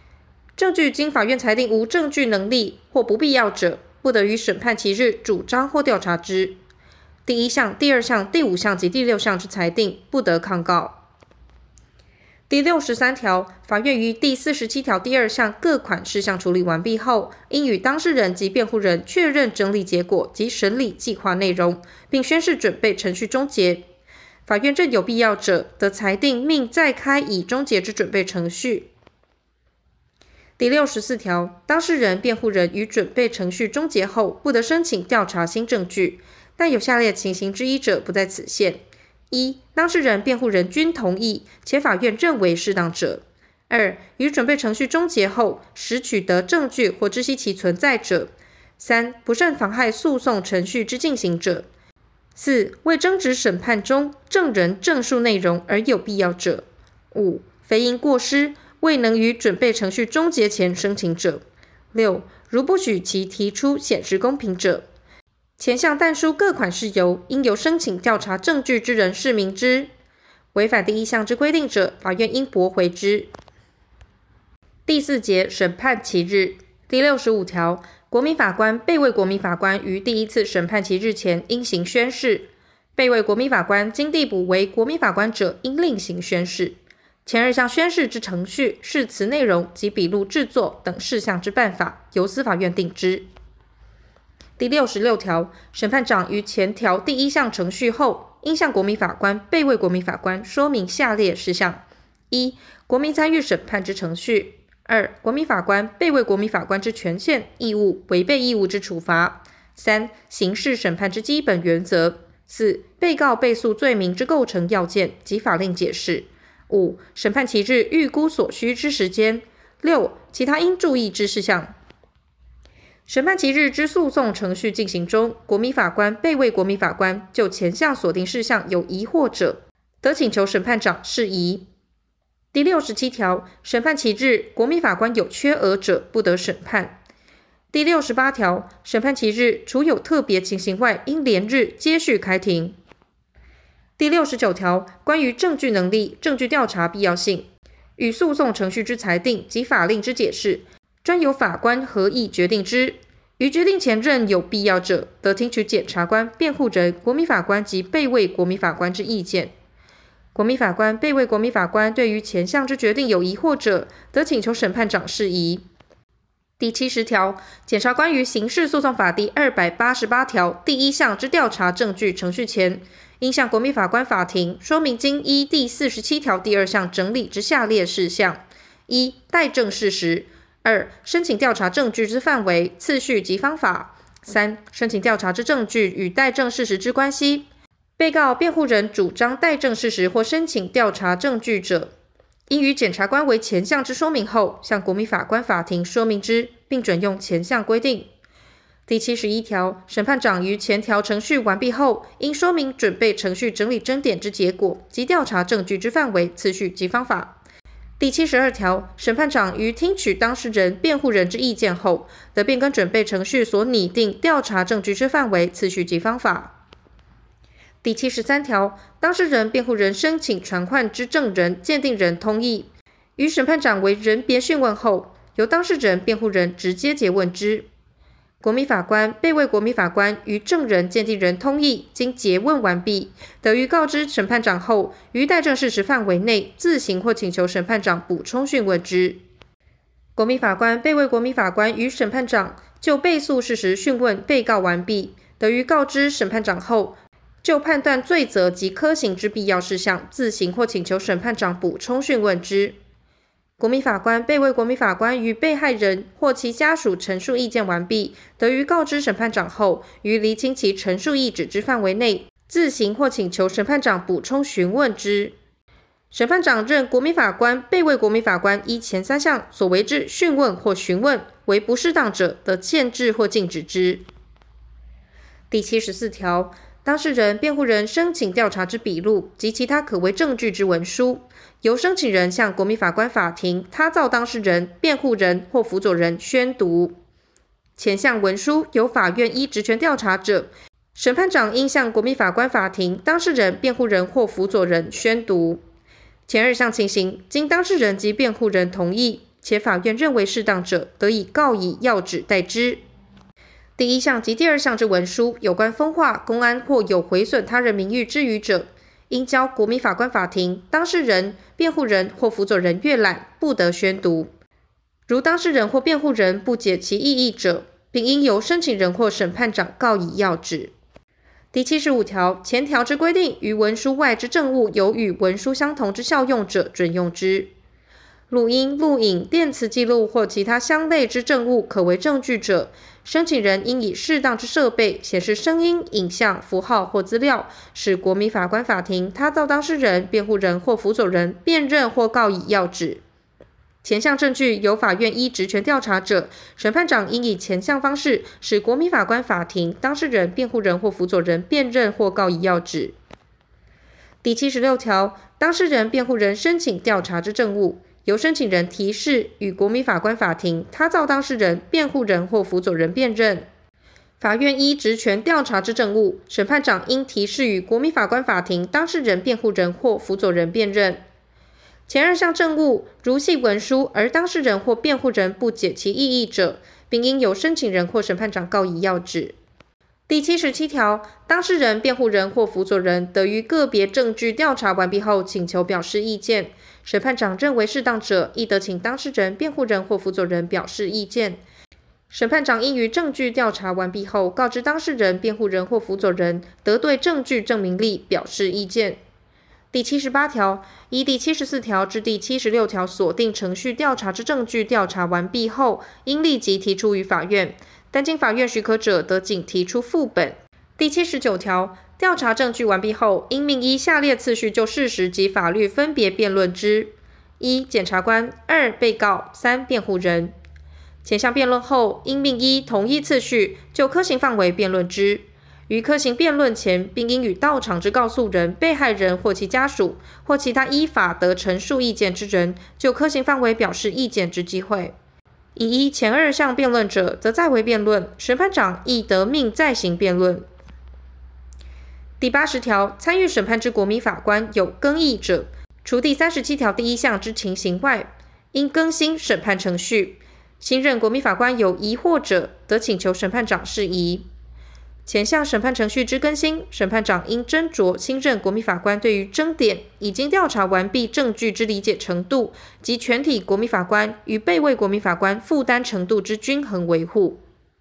证据经法院裁定无证据能力或不必要者，不得于审判期日主张或调查之。第1项、第2项、第5项及第6项之裁定，不得抗告。第63条，法院于第47条第2项各款事项处理完毕后，应与当事人及辩护人确认整理结果及审理计划内容，并宣示准备程序终结。法院认有必要者，得裁定命再开已终结之准备程序。第64条，当事人、辩护人于准备程序终结后，不得申请调查新证据，但有下列情形之一者，不在此限。1. 当事人、辩护人均同意，且法院认为适当者。2. 于准备程序终结后，实取得证据或知悉其存在者。3. 不慎妨害诉讼程序之进行者。4. 为争执审判中证人证述内容而有必要者。5. 非因过失未能于准备程序终结前申请者。6. 如不许其提出显示公平者。前项但书各款事由，应由申请调查证据之人示明之。违反第1项之规定者，法院应驳回之。第4节审判期日。第65条，国民法官、备位国民法官于第1次审判期日前应行宣誓；备位国民法官经递补为国民法官者，应另行宣誓。前2项宣誓之程序、誓词内容及笔录制作等事项之办法，由司法院定之。第66条，审判长于前条第1项程序后，应向国民法官、备位国民法官说明下列事项：1. 国民参与审判之程序； 2. 国民法官、备位国民法官之权限、义务、违背义务之处罚； 3. 刑事审判之基本原则； 4. 被告、被诉罪名之构成要件及法令解释； 5. 审判期日预估所需之时间； 6. 其他应注意之事项。审判期日之诉讼程序进行中，国民法官、备位国民法官就前项锁定事项有疑惑者，得请求审判长释疑。第67条，审判期日国民法官有缺额者，不得审判。第68条，审判期日除有特别情形外，应连日接续开庭。第69条，关于证据能力、证据调查必要性与诉讼程序之裁定及法令之解释，专由法官合议决定之。于决定前认有必要者，得听取检察官、辩护人、国民法官及备位国民法官之意见。国民法官、备位国民法官对于前项之决定有疑惑者，得请求审判长释疑。第70条，检察官于刑事诉讼法第288条第1项之调查证据程序前，应向国民法官法庭说明经依第47条第2项整理之下列事项：1. 待证事实； 2. 申请调查证据之范围、次序及方法； 3. 申请调查之证据与待证事实之关系。被告、辩护人主张待证事实或申请调查证据者，应于检察官为前项之说明后，向国民法官法庭说明之，并准用前项规定。第71条，审判长于前条程序完毕后，应说明准备程序整理争点之结果及调查证据之范围、次序及方法。第72条，审判长于听取当事人、辩护人之意见后，得变更准备程序所拟定调查证据之范围、次序及方法。第73条，当事人、辩护人申请传唤之证人、鉴定人同意，于审判长为人别讯问后，由当事人、辩护人直接诘问之。国民法官、备位国民法官于证人、鉴定人通意，经诘问完毕，得于告知审判长后，于待证事实范围内自行或请求审判长补充讯问之。国民法官、备位国民法官于审判长就被诉事实讯问被告完毕，得于告知审判长后，就判断罪责及科刑之必要事项，自行或请求审判长补充讯问之。国民法官、备位国民法官与被害人或其家属陈述意见完毕，得于告知审判长后，于厘清其陈述意旨之范围内，自行或请求审判长补充询问之。审判长认国民法官、备位国民法官依前3项所为之讯问或询问为不适当者，得限制或禁止之。第74条，当事人、辩护人申请调查之笔录及其他可为证据之文书，由申请人向国民法官法庭他造当事人、辩护人或辅佐人宣读。前项文书由法院依职权调查者，审判长应向国民法官法庭当事人、辩护人或辅佐人宣读。前2项情形，经当事人及辩护人同意， 且法院认为适当者，得以告以要旨代之。第一项及第二项之文书，有关风化、公安或有毁损他人名誉之余者，应交国民法官法庭当事人、辩护人或辅佐人阅览，不得宣读。如当事人或辩护人不解其意义者，并应由申请人或审判长告以要旨。第75条，前条之规定，于文书外之证物有与文书相同之效用者，准用之。录音、录影、电磁记录或其他相类之证物可为证据者，申请人应以适当之设备显示声音、影像、符号或资料，使国民法官法庭他造当事人、辩护人或辅佐人辨认或告以要旨。前项证据由法院依职权调查者，审判长应以前项方式使国民法官法庭当事人、辩护人或辅佐人辨认或告以要旨。第76条，当事人、辩护人申请调查之证物，由申请人提示与国民法官法庭他造当事人、辩护人或辅佐人辨认。法院依职权调查之证物，审判长应提示与国民法官法庭当事人、辩护人或辅佐人辨认。前二项证物如系文书，而当事人或辩护人不解其意义者，并应由申请人或审判长告以要旨。第77条，当事人、辩护人或辅佐人得于个别证据调查完毕后请求表示意见，审判长认为适当者，亦得请当事人、辩护人或辅佐人表示意见。审判长应于证据调查完毕后，告知当事人、辩护人或辅佐人得对证据证明力表示意见。第78条，依第74条至第76条锁定程序调查之证据调查完毕后，应立即提出于法院，但经法院许可者，得仅提出副本。第79条，调查证据完毕后，应命依下列次序就事实及法律分别辩论之：一、检察官；二、被告；三、辩护人。前项辩论后，应命依同一次序就科刑范围辩论之。于科刑辩论前，并应与到场之告诉人、被害人或其家属，或其他依法得陈述意见之人，就科刑范围表示意见之机会。已依前二项辩论者，则再为辩论，审判长亦得命再行辩论。第80条，参与审判之国民法官有更易者，除第37条第一项之情形外，应更新审判程序。新任国民法官有疑惑者，得请求审判长释疑。前项审判程序之更新，审判长应斟酌新任国民法官对于争点、已经调查完毕证据之理解程度及全体国民法官与备位国民法官负担程度之均衡维护。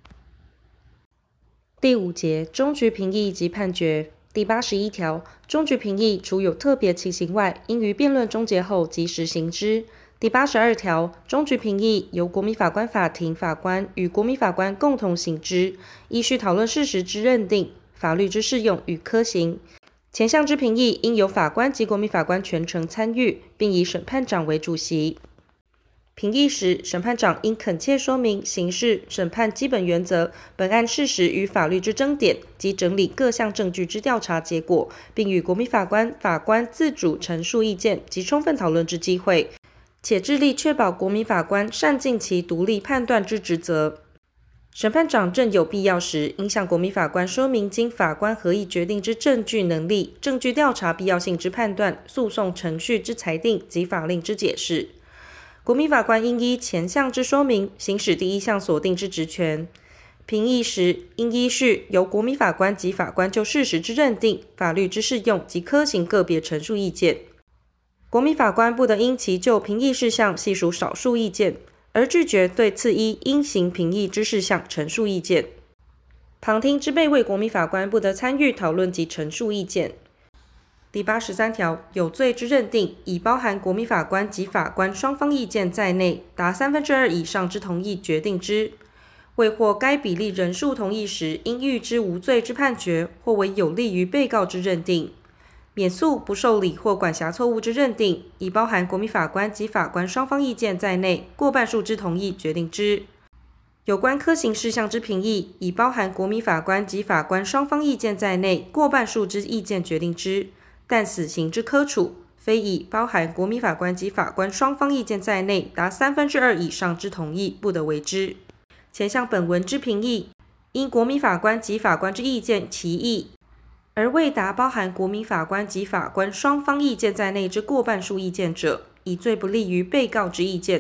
第5节，终局评议及判决。第81条，终局评议除有特别情形外，应于辩论终结后即时行之。第82条，终局评议由国民法官法庭法官与国民法官共同行之，依序讨论事实之认定、法律之适用与科刑。前项之评议应由法官及国民法官全程参与，并以审判长为主席。评议时，审判长应恳切说明刑事审判基本原则、本案事实与法律之争点及整理各项证据之调查结果，并与国民法官、法官自主陈述意见及充分讨论之机会，且致力确保国民法官善尽其独立判断之职责。审判长正有必要时，应向国民法官说明经法官合议决定之证据能力、证据调查必要性之判断、诉讼程序之裁定及法令之解释。国民法官应依前项之说明，行使第一项所定之职权。评议时，应依序由国民法官及法官就事实之认定、法律之适用及科刑个别陈述意见。国民法官不得因其就评议事项系属少数意见，而拒绝对次一应行评议之事项陈述意见。旁听之备位国民法官不得参与讨论及陈述意见。第83条，有罪之认定，已包含国民法官及法官双方意见在内，达2/3以上之同意决定之。未获该比例人数同意时，应预知无罪之判决，或为有利于被告之认定。免诉、不受理或管辖错误之认定，已包含国民法官及法官双方意见在内，过半数之同意决定之。有关科刑事项之评议，已包含国民法官及法官双方意见在内，过半数之意见决定之。但死刑之科处，非已包含国民法官及法官双方意见在内，达2/3以上之同意，不得为之。前项本文之评议，因国民法官及法官之意见其异，而未达包含国民法官及法官双方意见在内之过半数意见者，以最不利于被告之意见，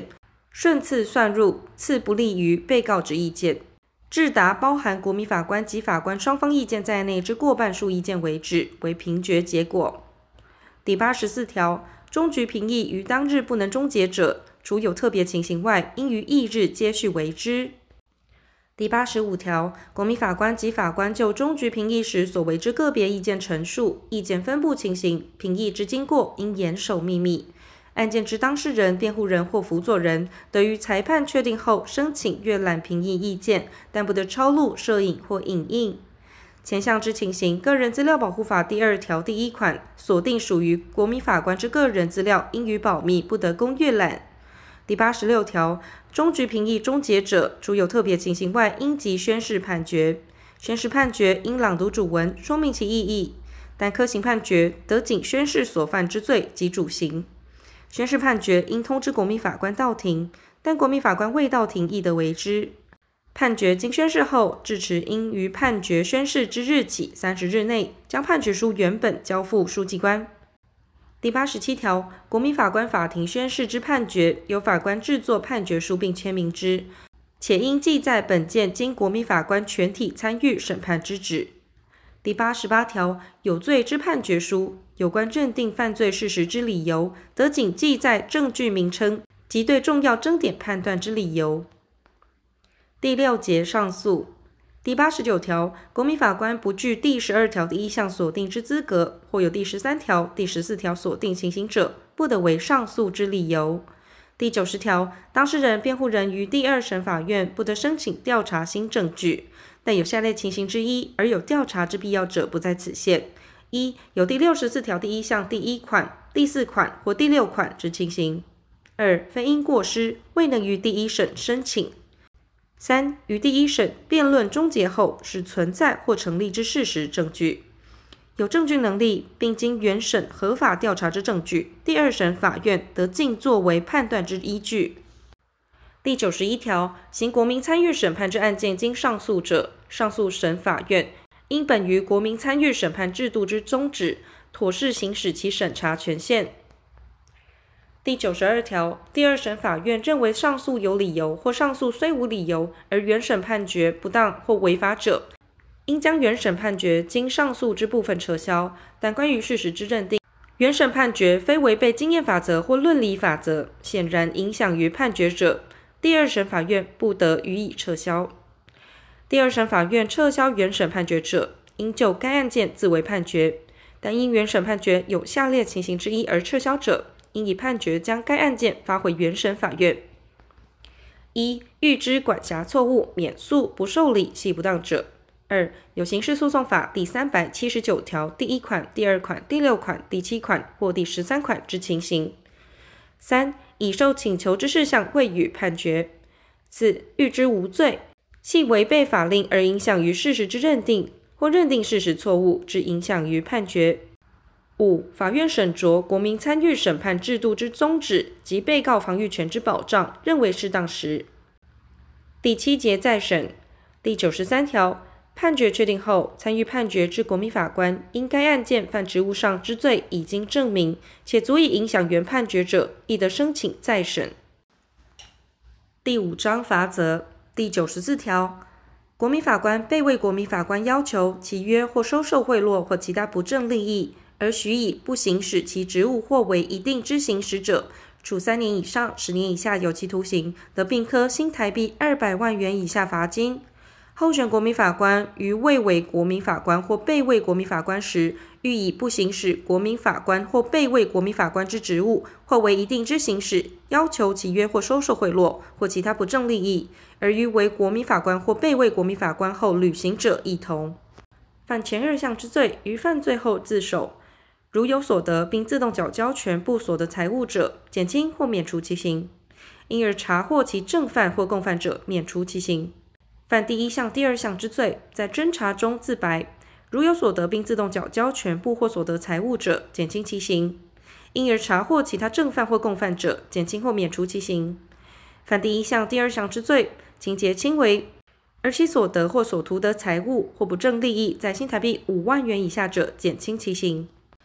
顺次算入次不利于被告之意见，至达包含国民法官及法官双方意见在内之过半数意见为止，为评决结果。第84条，终局评议于当日不能终结者，除有特别情形外，应于翌日接续为之。第85条，国民法官及法官就终局评议时所为之个别意见陈述、意见分布情形、评议之经过，应严守秘密。案件之当事人、辩护人或辅佐人，得于裁判确定后申请阅览评议意见，但不得抄录、摄影或影印。前项之情形，个人资料保护法第2条第1款锁定属于国民法官之个人资料，应予保密，不得供阅览。第86条，终局评议终结者，除有特别情形外，应即宣示判决。宣示判决应朗读主文，说明其意义。但科刑判决，得仅宣示所犯之罪及主刑。宣示判决应通知国民法官到庭，但国民法官未到庭亦得为之。判决经宣示后，至迟应于判决宣示之日起30日内，将判决书原本交付书记官。第87条，国民法官法庭宣示之判决，由法官制作判决书并签名之，且应记载本件经国民法官全体参与审判之旨。第88条，有罪之判决书，有关认定犯罪事实之理由，得仅记载证据名称及对重要争点判断之理由。第6节上诉。第89条，国民法官不具第12条第1项所定之资格，或有第13条、第14条所定情形者，不得为上诉之理由。第90条，当事人、辩护人于第2审法院不得申请调查新证据，但有下列情形之一而有调查之必要者，不在此限：一、有第64条第1项第1款、第4款或第6款之情形；二、非因过失未能于第1审申请；三、于第1审辩论终结后，是存在或成立之事实证据。有证据能力，并经原审合法调查之证据，第2审法院得尽作为判断之依据。第91条，行国民参与审判之案件经上诉者，上诉审法院应本于国民参与审判制度之宗旨，妥适行使其审查权限。第92条，第2审法院认为上诉有理由，或上诉虽无理由，而原审判决不当或违法者，应将原审判决经上诉之部分撤销，但关于事实之认定，原审判决非违背经验法则或论理法则，显然影响于判决者，第2审法院不得予以撤销。第2审法院撤销原审判决者，应就该案件自为判决，但因原审判决有下列情形之一而撤销者，应以判决将该案件发回原审法院。一、预知管辖错误免诉不受理系不当者；二、有刑事诉讼法第379条第1款、第2款、第6款、第7款或第13款之情形；三、已受请求之事项未予判决；四、预知无罪，系违背法令而影响于事实之认定，或认定事实错误之影响于判决。五、法院审酌国民参与审判制度之宗旨及被告防御权之保障，认为适当时。第7节再审。第93条，判决确定后，参与判决之国民法官，因该案件犯职务上之罪已经证明，且足以影响原判决者，亦得申请再审。第5章罚则。第94条，国民法官被为国民法官要求、契约或收受贿赂或其他不正利益，而许以不行使其职务或为一定之行使者，处3年以上10年以下有期徒刑，得并科新台币200万元以下罚金。候选国民法官于未为国民法官或被为国民法官时，予以不行使国民法官或被为国民法官之职务，或为一定之行使，要求、契约或收受贿赂或其他不正利益，而于为国民法官或被为国民法官后履行者一同。犯前2项之罪，于犯罪后自首，如有所得并自动缴交全部所得财物者，减轻或免除其刑；因而查获其正犯或共犯者，免除其刑。犯第1项、第2项之罪，在侦查中自白，如有所得并自动缴交全部或所得财物者，减轻其刑；因而查获其他正犯或共犯者，减轻或免除其刑。犯第1项、第2项之罪，情节轻微，而其所得或所图得财物或不正利益在新台币5万元以下者，减轻其刑。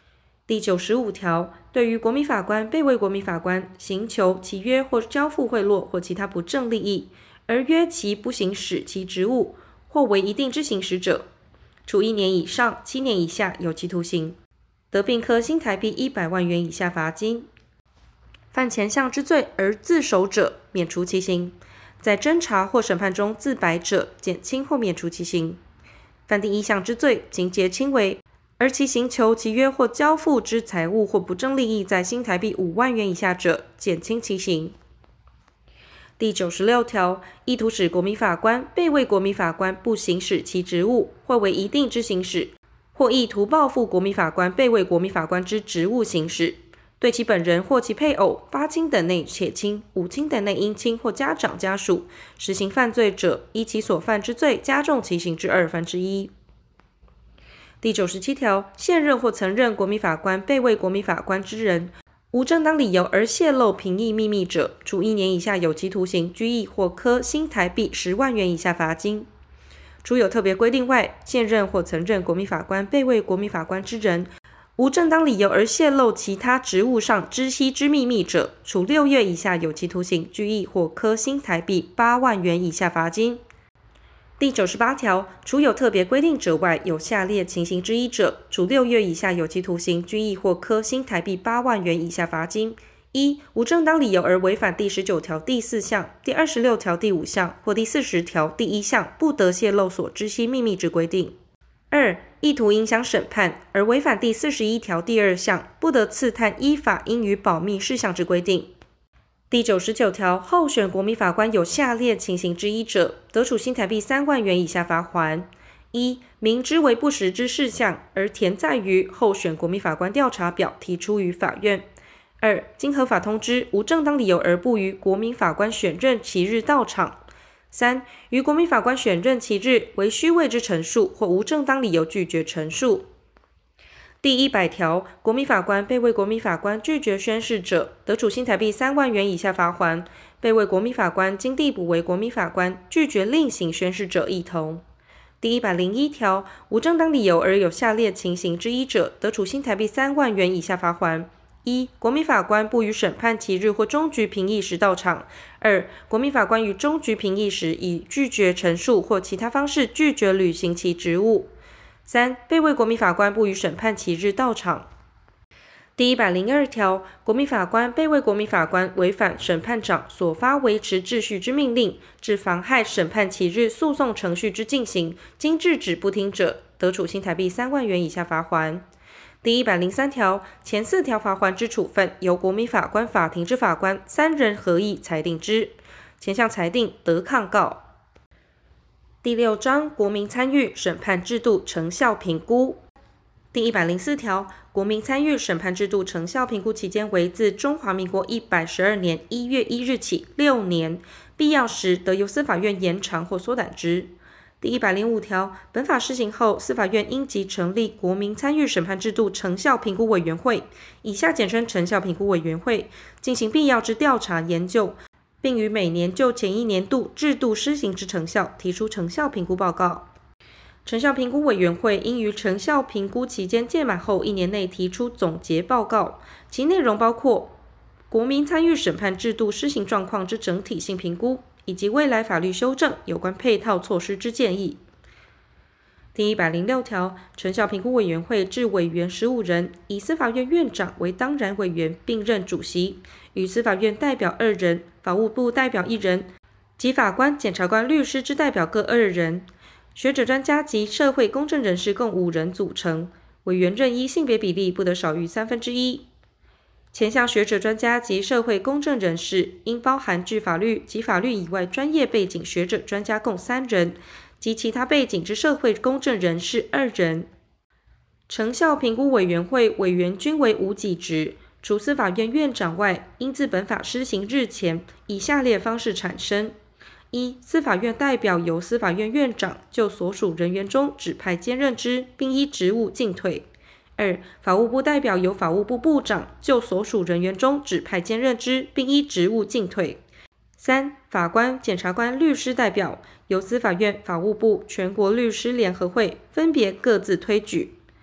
第95条，对于国民法官、备位国民法官刑求、契约或交付贿赂或其他不正利益，而约其不行使其职务，或为一定之行使者，处1年以上7年以下有期徒刑，得并科新台币100万元以下罚金。犯前项之罪而自首者，免除其刑；在侦查或审判中自白者，减轻或免除其刑。犯第1项之罪，情节轻微，而其刑求、契约或交付之财物或不正利益在新台币5万元以下者，减轻其刑。第96条，意图使国民法官、备位国民法官不行使其职务，或为一定之行使，或意图报复国民法官、备位国民法官之职务行使，对其本人或其配偶、8亲等内血亲、5亲等内姻亲或家长家属实行犯罪者，依其所犯之罪加重其刑之1/2。第97条，现任或曾任国民法官、备位国民法官之人，无正当理由而泄露评议秘密者，处1年以下有期徒刑、拘役或科新台币10万元以下罚金。除有特别规定外，现任或曾任国民法官、备位国民法官之人，无正当理由而泄露其他职务上知悉之秘密者，处6月以下有期徒刑、拘役或科新台币8万元以下罚金。第98条，除有特别规定者外，有下列情形之一者，处6月以下有期徒刑、拘役或科新台币8万元以下罚金。1. 无正当理由而违反第19条第4项、第26条第5项或第40条第1项不得泄露所知悉秘密之规定。2. 意图影响审判而违反第41条第2项不得刺探依法应予保密事项之规定。第99条，候选国民法官有下列情形之一者，得处新台币3万元以下罚锾。1. 明知为不实之事项，而填载于候选国民法官调查表提出于法院。2. 经合法通知，无正当理由而不于国民法官选任期日到场。3. 于国民法官选任期日为虚伪之陈述，或无正当理由拒绝陈述。第100条，国民法官、备位国民法官拒绝宣誓者，得处新台币3万元以下罚锾；备位国民法官经递补为国民法官，拒绝另行宣誓者一同。第101条，无正当理由而有下列情形之一者，得处新台币3万元以下罚锾。1. 国民法官不于审判期日或终局评议时到场。2. 国民法官于终局评议时以拒绝陈述或其他方式拒绝履行其职务。3. 备位国民法官不于审判期日到场。第102条，国民法官、备位国民法官违反审判长所发维持秩序之命令，致妨害审判期日诉讼程序之进行，经制止不听者，得处新台币3万元以下罚锾。第103条，前4条罚锾之处分，由国民法官法庭之法官3人合议裁定之，前项裁定得抗告。第6章国民参与审判制度成效评估。第104条，国民参与审判制度成效评估期间为自中华民国112年1月1日起6年，必要时得由司法院延长或缩短之。第105条，本法施行后，司法院应即成立国民参与审判制度成效评估委员会（以下简称成效评估委员会），进行必要之调查研究，并于每年就前一年度制度施行之成效提出成效评估报告。成效评估委员会应于成效评估期间届满后1年内提出总结报告，其内容包括国民参与审判制度施行状况之整体性评估，以及未来法律修正有关配套措施之建议。第106条，成效评估委员会置委员15人，以司法院院长为当然委员，并任主席，与司法院代表2人，法务部代表1人，及法官、检察官、律师之代表各2人，学者专家及社会公正人士共5人组成。委员任依性别比例不得少于1/3。前项学者专家及社会公正人士，应包含具法律及法律以外专业背景学者专家共3人，及其他背景之社会公正人士2人。成效评估委员会委员均为无给职，除司法院院长外，应自本法施行日前以下列方式产生：1. 司法院代表由司法院院长就所属人员中指派兼任之，并依职务进退。2. 法务部代表由法务部部长就所属人员中指派兼任之，并依职务进退。3. 法官、检察官、律师代表由司法院、法务部、全国律师联合会分别各自推举。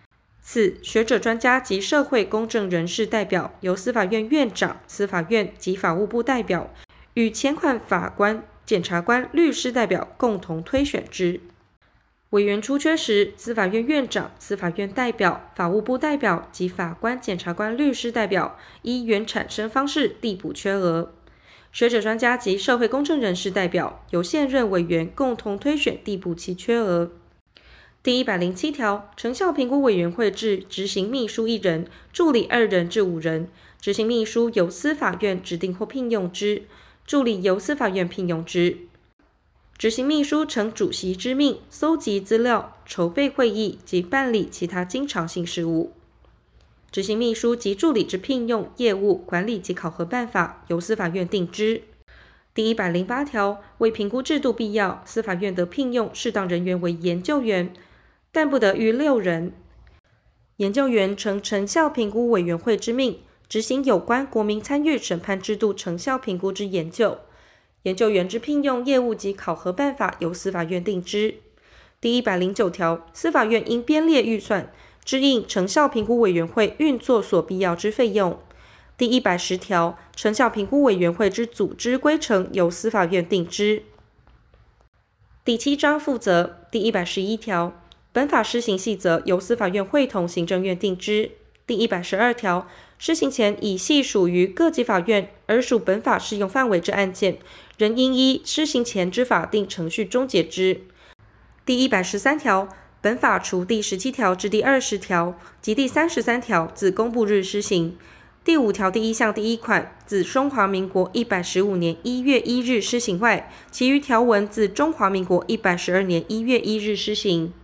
4. 学者专家及社会公正人士代表，由司法院院长、司法院及法务部代表与前款法官、检察官、律师代表共同推选之。委员出缺时，司法院院长、司法院代表、法务部代表及法官、检察官、律师代表依原产生方式递补缺额。学者专家及社会公正人士代表由现任委员共同推选递补其缺额。第107条，成效评估委员会至执行秘书1人，助理2人至5人，执行秘书由司法院指定或聘用之，助理由司法院聘用之。执行秘书承主席之命，搜集资料、筹备会议及办理其他经常性事务。执行秘书及助理之聘用、业务、管理及考核办法，由司法院定之。第108条，为评估制度必要，司法院得聘用适当人员为研究员，但不得逾6人。研究员承成效评估委员会之命，执行有关国民参与审判制度成效评估之研究。研究员之聘用、业务及考核办法，由司法院定之。第109条，司法院应编列预算，支应成效评估委员会运作所必要之费用。第110条，成效评估委员会之组织规程，由司法院定之。第7章负责。第111条，本法施行细则由司法院会同行政院定之。第112条，施行前已系属于各级法院而属本法适用范围之案件，仍应依施行前之法定程序终结之。第113条，本法除第17条至第20条及第33条自公布日施行。第5条第1项第1款自中华民国115年1月1日施行外，其余条文自中华民国112年1月1日施行。